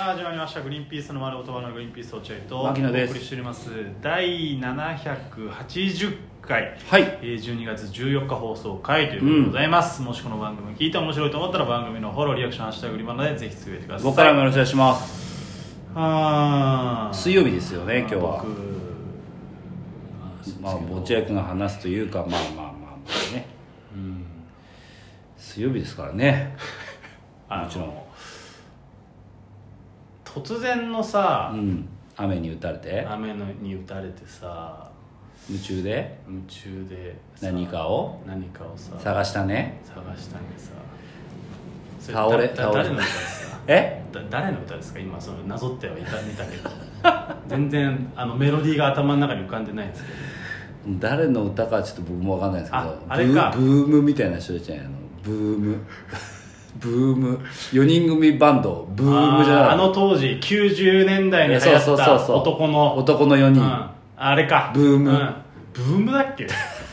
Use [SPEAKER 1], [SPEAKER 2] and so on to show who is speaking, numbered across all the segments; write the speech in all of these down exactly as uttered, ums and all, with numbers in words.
[SPEAKER 1] さあ始まりました。グリーンピースの丸言葉のグリーンピース落合とお
[SPEAKER 2] 牧野です
[SPEAKER 1] 送りしております第ななひゃくはちじゅっかい、
[SPEAKER 2] はい
[SPEAKER 1] えー、じゅうにがつじゅうよっか放送回ということでございます、うん、もしこの番組聞いて面白いと思ったら番組のフォローリアクションハッシュタググリバナでぜひつぶやいてください。
[SPEAKER 2] 僕からもよろしくお願いします。
[SPEAKER 1] あ
[SPEAKER 2] 水曜日ですよね今日は。
[SPEAKER 1] 僕
[SPEAKER 2] まあ落合君が話すというかまあまあまあまあね、うん、水曜日ですからねもちろん
[SPEAKER 1] 突然のさ、
[SPEAKER 2] うん、雨に打たれて
[SPEAKER 1] 雨に打たれてさ
[SPEAKER 2] 夢中で
[SPEAKER 1] 夢中で
[SPEAKER 2] 何かを
[SPEAKER 1] 何かをさ
[SPEAKER 2] 探したね
[SPEAKER 1] 探したんでさ
[SPEAKER 2] 倒れ倒れ
[SPEAKER 1] 誰の歌ですか
[SPEAKER 2] え
[SPEAKER 1] だ誰の歌ですか。今そのなぞってはいた見たけど全然あのメロディーが頭の中に浮かんでないんですけど
[SPEAKER 2] 誰の歌かちょっと僕も分かんないですけど
[SPEAKER 1] ああれか
[SPEAKER 2] ブームみたいな人じゃないのブームブームよにん組バンドブームじゃない
[SPEAKER 1] あ, あの当時きゅうじゅうねんだいに流行った男の
[SPEAKER 2] 男のよにん、
[SPEAKER 1] うん、あれか
[SPEAKER 2] ブーム、うん、
[SPEAKER 1] ブームだっけ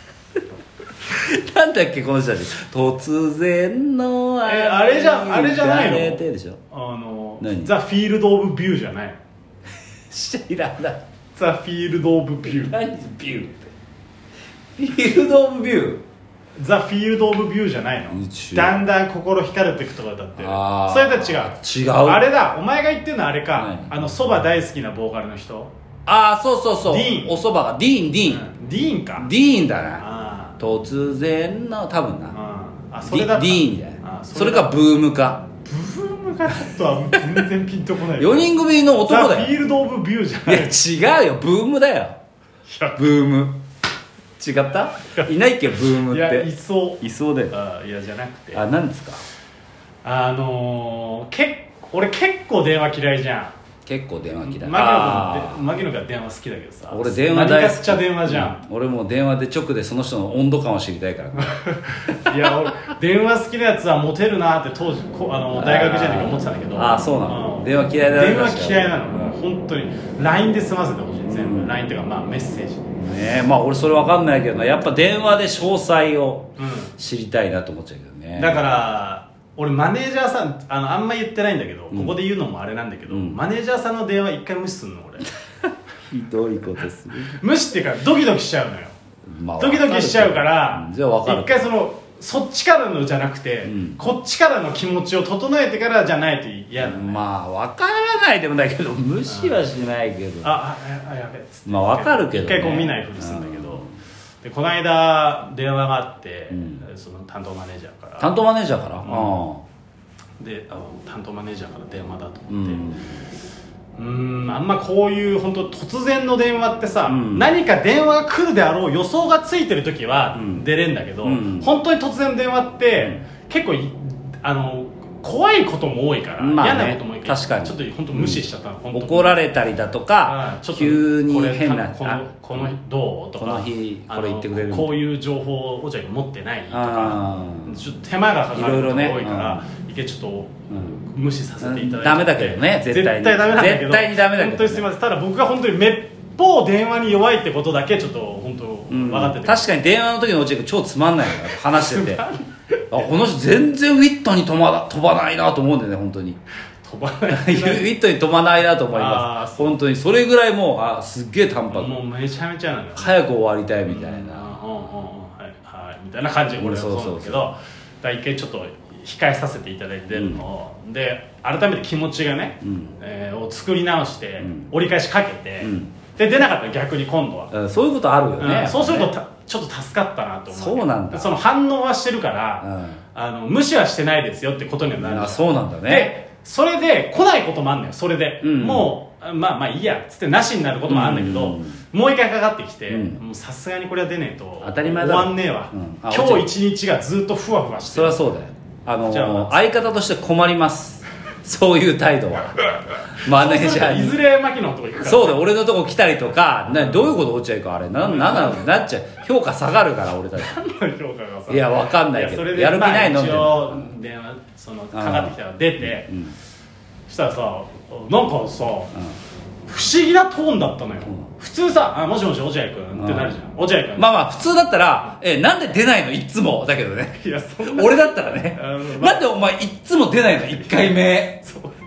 [SPEAKER 2] なんだっけこの人たち突然の
[SPEAKER 1] あれあれじゃあれじゃないの
[SPEAKER 2] でしょ
[SPEAKER 1] あの
[SPEAKER 2] 何
[SPEAKER 1] ザ・フィールド・オブ・ビューじゃない
[SPEAKER 2] 知らない
[SPEAKER 1] ザ・フィールド・オブ・ビュー
[SPEAKER 2] 何ビューってフィールド・オブ・ビュー
[SPEAKER 1] ザ・フィールド・オブ・ビューじゃないのだんだん心惹かれていくとかだってそれとは違う
[SPEAKER 2] 違う
[SPEAKER 1] あれだお前が言ってるのはあれかあのそば大好きなボーカルの人
[SPEAKER 2] ああそうそうそう
[SPEAKER 1] ディーン
[SPEAKER 2] おそばがディーンディーン、
[SPEAKER 1] うん、ディーンか
[SPEAKER 2] ディーンだな
[SPEAKER 1] あ
[SPEAKER 2] 突然の多分な
[SPEAKER 1] あそれだった
[SPEAKER 2] ディーンじゃない
[SPEAKER 1] あ そ,
[SPEAKER 2] それかブームか
[SPEAKER 1] ブームがちょっとは全然ピンとこない
[SPEAKER 2] よにん組の男だよ
[SPEAKER 1] ザ・フィールド・オブ・ビューじゃない
[SPEAKER 2] いや違うよブームだよブーム違ったいないっけブームって
[SPEAKER 1] いやいそう
[SPEAKER 2] いそうだよ
[SPEAKER 1] あいやじゃなくて
[SPEAKER 2] あ何ですか
[SPEAKER 1] あのー、け俺結構電話嫌いじゃん
[SPEAKER 2] 結構電話嫌い
[SPEAKER 1] 牧野君牧野君は電話好きだけどさ
[SPEAKER 2] 俺電話大好き
[SPEAKER 1] 何かしちゃ電話じゃん、
[SPEAKER 2] うん、俺も電話で直でその人の温度感を知りたいから、ね、
[SPEAKER 1] いや俺電話好きなやつはモテるなって当時こあの大学時代の時思ってたんだけど
[SPEAKER 2] ああそうなの、うん、電話嫌いだ
[SPEAKER 1] 電話嫌いなの、
[SPEAKER 2] うん、
[SPEAKER 1] 本当に ライン で済ませてほしい全部、うん、ライン っていうかまあメッセージ
[SPEAKER 2] ねえまあ俺それ分かんないけどやっぱ電話で詳細を知りたいなと思っちゃうけどね、
[SPEAKER 1] うん、だから俺マネージャーさん あのあんま言ってないんだけど、うん、ここで言うのもあれなんだけど、うん、マネージャーさんの電話一回無視すんの俺
[SPEAKER 2] ひどいことする
[SPEAKER 1] 無視っていうかドキドキしちゃうのよ、
[SPEAKER 2] まあ、
[SPEAKER 1] ドキドキしちゃうから
[SPEAKER 2] じゃあ分かる
[SPEAKER 1] 一回そのそっちからのじゃなくて、うん、こっちからの気持ちを整えてからじゃないと嫌なの、ね、
[SPEAKER 2] まあ分からないでもないけど無視はしないけど
[SPEAKER 1] あああやべっつって
[SPEAKER 2] まあ分かるけど、ね、
[SPEAKER 1] 一回こう見ないふりするんだけどでこの間電話があって、うん、その担当マネージャーから
[SPEAKER 2] 担当マネージャーから、うん、あ
[SPEAKER 1] であの担当マネージャーから電話だと思ってうーんあんまこういう本当突然の電話ってさ、うん、何か電話が来るであろう予想がついてる時は出れんだけど、うん、本当に突然電話って、うん、結構あの怖いことも多いから、まあね、嫌なことも多いから
[SPEAKER 2] 確かに
[SPEAKER 1] ちょっと本当無視しちゃったの、
[SPEAKER 2] うん、怒られたりだとかちょっと急に変な
[SPEAKER 1] このこの日どうとか
[SPEAKER 2] この日これ言ってくれる
[SPEAKER 1] こういう情報を落合が持ってないとかちょっと手間がかかることが多いから一回ちょっと、うん、無視させていただいて、うん、
[SPEAKER 2] ダメだけどね絶対に
[SPEAKER 1] 絶対ダメなんだけど
[SPEAKER 2] 絶対にダメだけど、ね、
[SPEAKER 1] 本当にすみませんただ僕が本当にめっぽう電話に弱いってことだけちょっと本当分かってて、うん、
[SPEAKER 2] 確かに電話の時の落合君超つまんないよ話しててあこの人全然ウィットに飛ば、飛ばないなと思うんだよね本当に
[SPEAKER 1] 飛ばないウ
[SPEAKER 2] ィットに飛ばないなと思います本当にそれぐらいもうあすっげえ淡白
[SPEAKER 1] もうめちゃめちゃなのよ、ね、
[SPEAKER 2] 早く終わりたいみたいな、うんうんうん
[SPEAKER 1] はいはいみたいな感じで俺はそうなんだけどだから一回ちょっと控えさせていただいてるのを、うん、で改めて気持ちがね、うんえー、を作り直して、うん、折り返しかけて、うん、で出なかったら逆に今度は、
[SPEAKER 2] うん、そういうことあるよね、
[SPEAKER 1] うん、そうするとたちょっと助かったなと思う
[SPEAKER 2] そうなんだ
[SPEAKER 1] その反応はしてるから、うん、あの無視はしてないですよってことにはなる
[SPEAKER 2] あそうなんだね
[SPEAKER 1] でそれで来ないこともあんのよそれで、うん、もうまあまあいいやっつってなしになることもあるんだけど、うん、もう一回かかってきてさすがにこれは出ねえと
[SPEAKER 2] 当たり前だ
[SPEAKER 1] 終わんねえわ、うん、今日一日がずっとふわふわして
[SPEAKER 2] そりゃそうだよあのー、相方として困りますそういう態度はマネージャーに
[SPEAKER 1] いずれ牧野のとこ行くから
[SPEAKER 2] そうだ俺のとこ来たりとかなどういうこと落ちちゃうかあれななんなのなっちゃう評価下がるから俺たち
[SPEAKER 1] 何の評価がさ
[SPEAKER 2] いや分かんないけどやる気ないの
[SPEAKER 1] みたいな一応電話そのかかってきたら出て、うんうん、そしたらさなんかさ、うん不思議なトーンだったのよ、うん、普通さあもしもし落合君ってなるじゃん、うん、落合君
[SPEAKER 2] まあまあ普通だったらえなんで出ないのいつもだけどね
[SPEAKER 1] いやそんな
[SPEAKER 2] 俺だったらね、ま、なんでお前いつも出ないのいっかいめ
[SPEAKER 1] そう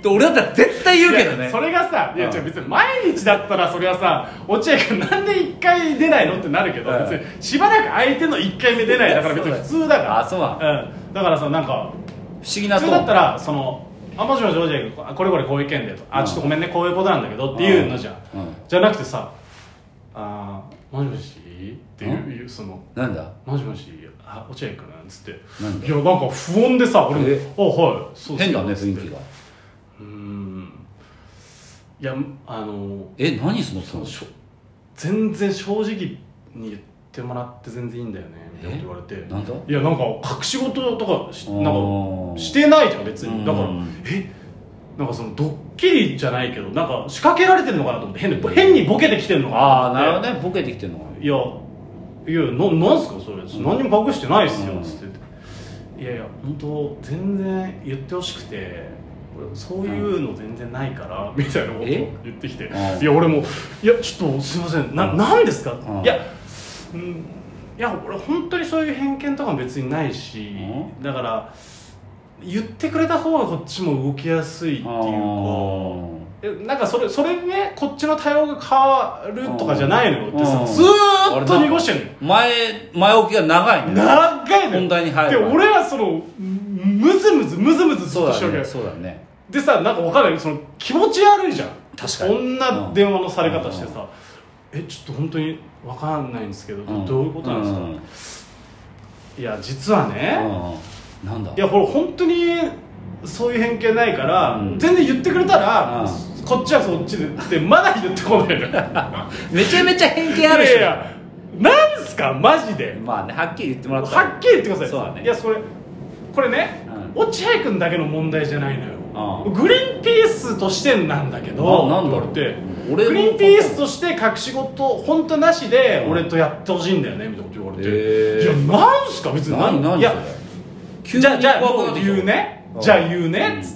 [SPEAKER 2] 俺だったら絶対言うけどね。
[SPEAKER 1] それがさ、いや別に毎日だったらそれはさ、落合君なんでいっかい出ないのってなるけど、別にしばらく相手のいっかいめ出ないだから別に普通だから。
[SPEAKER 2] あ、そうなの。
[SPEAKER 1] うん、だからさ、なんか
[SPEAKER 2] 不思議なと
[SPEAKER 1] 普通だったらその、あ、もしもし落合君これこれこういう件でと、あ、ちょっとごめんねこういうことなんだけどっていうのじゃん、うんうん、じゃなくてさ、あ、もしもしっていう、その
[SPEAKER 2] なんだ
[SPEAKER 1] もしもし、あ、落合君なんつって、いやなんか不穏でさ、俺も、あ、はい、そう
[SPEAKER 2] 変だね雰囲気が。
[SPEAKER 1] うーん、いや、あの
[SPEAKER 2] え、何そのその
[SPEAKER 1] 全然正直に言ってもらって全然いいんだよねみたいなこと言われて、
[SPEAKER 2] なんだ、
[SPEAKER 1] いやなんか隠し事とかしなんかしてないじゃん別に。だからえなんかそのドッキリじゃないけどなんか仕掛けられてるのかなと思って、変に変にボケてきてるのかなと思って。
[SPEAKER 2] ああ、なるほどね、ボケてきてるのか。
[SPEAKER 1] いやいや、な、なんすかそれ、うん、何にも隠してないっすよ、うん、つって、いやいや本当全然言ってほしくて、そういうの全然ないから、うん、みたいなことを言ってきて、いや俺もいやちょっとすいません、な、うん、なんですか、うん、いや、うん、いや俺本当にそういう偏見とかも別にないし、うん、だから言ってくれた方がこっちも動きやすいっていうか、なんかそれそれでね、こっちの対応が変わるとかじゃないのよってさ、ずーっと濁してんのよ。
[SPEAKER 2] 前前置きが長いね。
[SPEAKER 1] 長いのよ。
[SPEAKER 2] 本題に入る。
[SPEAKER 1] で俺はそのムズムズムズムズずっとしてるわけ。
[SPEAKER 2] そうだね。
[SPEAKER 1] でさ、なんか分かんない、その気持ち悪いじゃん。
[SPEAKER 2] 確かに。
[SPEAKER 1] こんな電話のされ方してさ、えちょっと本当に分かんないんですけど、どういうことなんですか。いや実はね、
[SPEAKER 2] なんだ。
[SPEAKER 1] いやこれ本当にそういう偏見ないから、全然言ってくれたら。こっちはそっちでってまだ言ってこないの
[SPEAKER 2] めちゃめちゃ偏見あるし、
[SPEAKER 1] いやいやなんすかマジで。
[SPEAKER 2] まあね、はっきり言ってもらった
[SPEAKER 1] はっきり言ってください。
[SPEAKER 2] そうだね。
[SPEAKER 1] いやそれこれね、うん、落合君だけの問題じゃないのよ。グリーンピースとしてなんだけど、
[SPEAKER 2] なんだろうって、
[SPEAKER 1] グリーンピースとして隠し事本当なしで俺とやってほしいんだよねみたいなこと言われて、いやなんすか別に何何いやじゃあじゃあ言うねじゃあ言うねっつって、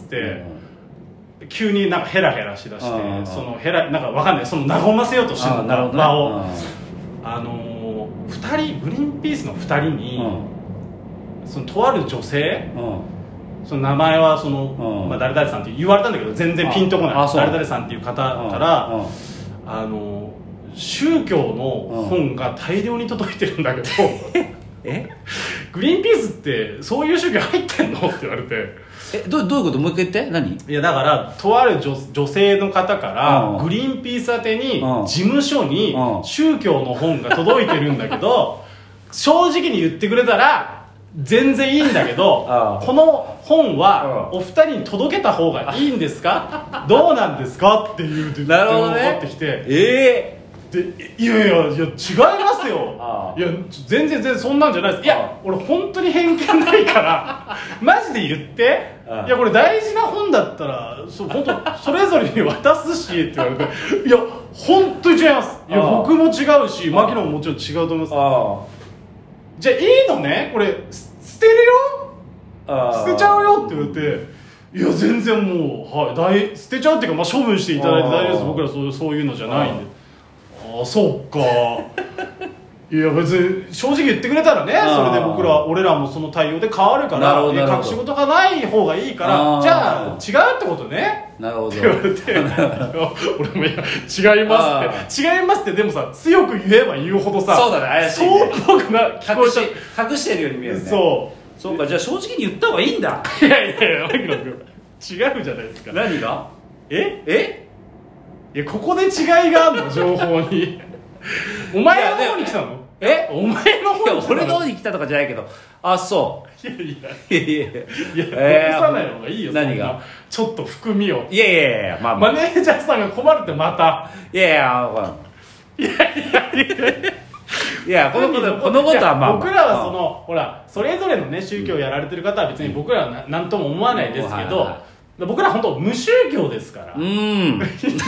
[SPEAKER 1] 急になんかヘラヘラしだして、そのヘラなんかわかんない、その和ませようとしてる場を、あのふたりグリーンピースのふたりに、そのとある女性、その名前はその、まあ、誰々さんって言われたんだけど全然ピンとこない、誰々さんっていう方からあの宗教の本が大量に届いてるんだけどえグリーンピースってそういう宗教入ってんのって言われて、
[SPEAKER 2] え ど, どういうこと、もう一回言って。何。
[SPEAKER 1] いやだからとある 女, 女性の方からグリーンピース宛てに事務所に宗教の本が届いてるんだけど正直に言ってくれたら全然いいんだけどこの本はお二人に届けた方がいいんですかどうなんですかっていう電話がかかってきて、
[SPEAKER 2] ええー
[SPEAKER 1] でいやいやいや違いますよいや全然全然そんなんじゃないです。いや俺本当に偏見ないからマジで言っていやこれ大事な本だったらそ本当それぞれに渡すしって言われていや本当に違います。いや僕も違うし牧野ももちろん違うと思います。あじゃあいいのねこれ捨てるよ捨てちゃうよって言われていや全然もう、はい、大捨てちゃうっていうか、まあ、処分していただいて大丈夫です。僕らそうそういうのじゃないんで。ああそうかいや別に正直言ってくれたらねそれで僕ら俺らもその対応で変わるから隠し事がない方がいいからじゃあ違うってことね
[SPEAKER 2] なるほど
[SPEAKER 1] って言われて俺もいや違いますって違いますってでもさ強く言えば言うほどさ
[SPEAKER 2] そうだね怪しいね
[SPEAKER 1] そうっぽくな聞こえちゃ
[SPEAKER 2] う隠してるように見えるね。
[SPEAKER 1] そう
[SPEAKER 2] そうかじゃあ正直に言った方がいいんだ。
[SPEAKER 1] いやいやいや牧野君違うじゃないですか。
[SPEAKER 2] 何が
[SPEAKER 1] え
[SPEAKER 2] え
[SPEAKER 1] いやここで違いがあるの情報にお前の方に来たの
[SPEAKER 2] え
[SPEAKER 1] お前の方に来たの
[SPEAKER 2] 俺の方に来たとかじゃないけどあそう
[SPEAKER 1] いやいやいや
[SPEAKER 2] いやいや
[SPEAKER 1] いや残さない方がいいよ。
[SPEAKER 2] 何が
[SPEAKER 1] ちょっと含みを
[SPEAKER 2] いやいやいや、まあまあ、
[SPEAKER 1] マネージャーさんが困るってまた
[SPEAKER 2] いやいやほら
[SPEAKER 1] いやいやいや
[SPEAKER 2] いやこのことこのことはまあ
[SPEAKER 1] 僕らはそのほらそれぞれのね宗教をやられてる方は別に僕らは何とも思わないですけど僕ら本当無宗教ですから。
[SPEAKER 2] うん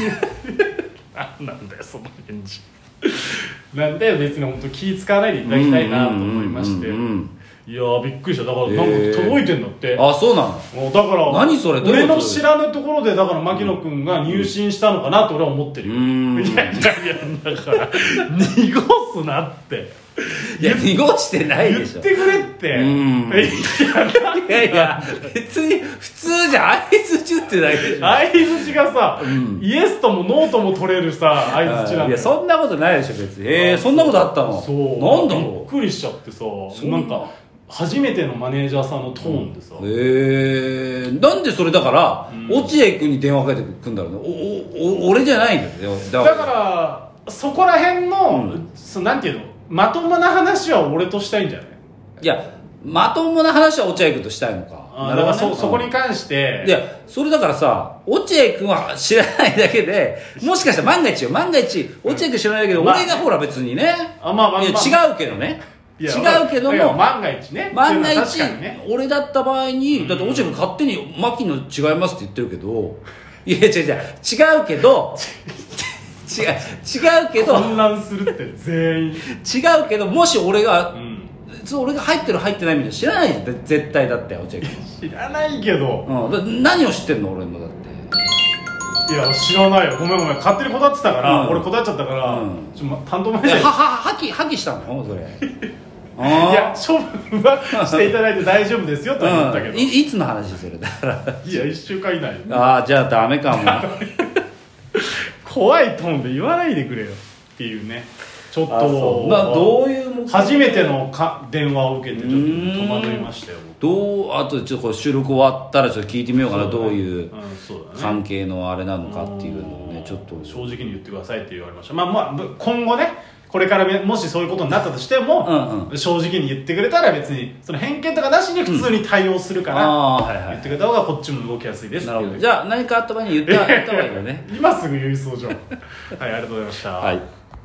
[SPEAKER 1] なんだよその返事なんで別に本当気使わないでいただきたいなと思いまして、いいやーびっくりした。だからなんか届いてんだって、
[SPEAKER 2] あ、そうなの。
[SPEAKER 1] もうだから
[SPEAKER 2] 何それ、どうい
[SPEAKER 1] 俺
[SPEAKER 2] うこと
[SPEAKER 1] の知らぬところでだから牧野君が入信したのかなって俺は思ってるよ。
[SPEAKER 2] うーん、
[SPEAKER 1] いやいやいやだから濁すなって
[SPEAKER 2] いや濁してないでしょ、
[SPEAKER 1] 言ってくれって。
[SPEAKER 2] うん、いやいや別に普通じゃ相づち打ってないでしょ。
[SPEAKER 1] 相づちがさ、うん、イエスともノーとも取れるさ相づちなんだよ。
[SPEAKER 2] いやそんなことないでしょ別に。えー、そんなことあったの。
[SPEAKER 1] そう
[SPEAKER 2] なんだろう、
[SPEAKER 1] びっくりしちゃってさ、なんか初めてのマネージャーさんのトーンでさ、
[SPEAKER 2] うん、えー、なんでそれだから、うん、落合君に電話かけてくんだろうね。おおお俺じゃないんだよ。
[SPEAKER 1] だからだからそこら辺の、うん、そなんていうの、まともな話は俺としたいんじゃない。
[SPEAKER 2] いやまともな話は落合君としたいのか。
[SPEAKER 1] あ、だから そ, そこに関して
[SPEAKER 2] いやそれだからさ、落合君は知らないだけでもしかしたら万が一よ、万が一落合君知らないけど、うん、俺がほら別にね、
[SPEAKER 1] あ、まあまあまあ、
[SPEAKER 2] いや違うけどね、違うけども
[SPEAKER 1] 万が一ね、
[SPEAKER 2] 万が一、ね、俺だった場合に、うん、だって落合君勝手に牧野違いますって言ってるけど、いや違う違う違うけど違う違うけど
[SPEAKER 1] 混乱するって全員違
[SPEAKER 2] うけど、もし俺が、うん、そう俺が入ってる入ってないみたいな知らないじゃん絶対。だって落合君
[SPEAKER 1] 知らないけど、
[SPEAKER 2] うん、だ何を知ってんの俺の。だって
[SPEAKER 1] いや知らないよ、ごめんごめん、勝手に断ってたから、うん、俺断っちゃったから、うん、ちょ担当マネージャー
[SPEAKER 2] はは破棄破棄したのそれ
[SPEAKER 1] いや処分はしていただいて大丈夫ですよとは言ったけど、うん、
[SPEAKER 2] い, いつの話それだから
[SPEAKER 1] いやいっしゅうかん以内、ね、
[SPEAKER 2] ああじゃあダメかも
[SPEAKER 1] 怖いトーンで言わないでくれよっていうね。ちょっと
[SPEAKER 2] まあどういう目
[SPEAKER 1] 初めてのか電話を受けてちょっと戸惑いましたよ。
[SPEAKER 2] どうあとちょっと収録終わったらちょっと聞いてみようかな、ね、どういう関係のあれなのかっていうのをね、ちょっと
[SPEAKER 1] 正直に言ってくださいって言われました。まあまあ今後ね、これからもしそういうことになったとしても、うんうん、正直に言ってくれたら別にその偏見とかなしに普通に対応するから、うん、あはいはい、言ってくれた方がこっちも動きやすいですっていう。
[SPEAKER 2] なるほど。じゃあ何かあった場合に言った言った方がいいよね
[SPEAKER 1] 今すぐ言いそうじゃんはい、ありがとうございました。
[SPEAKER 2] はい。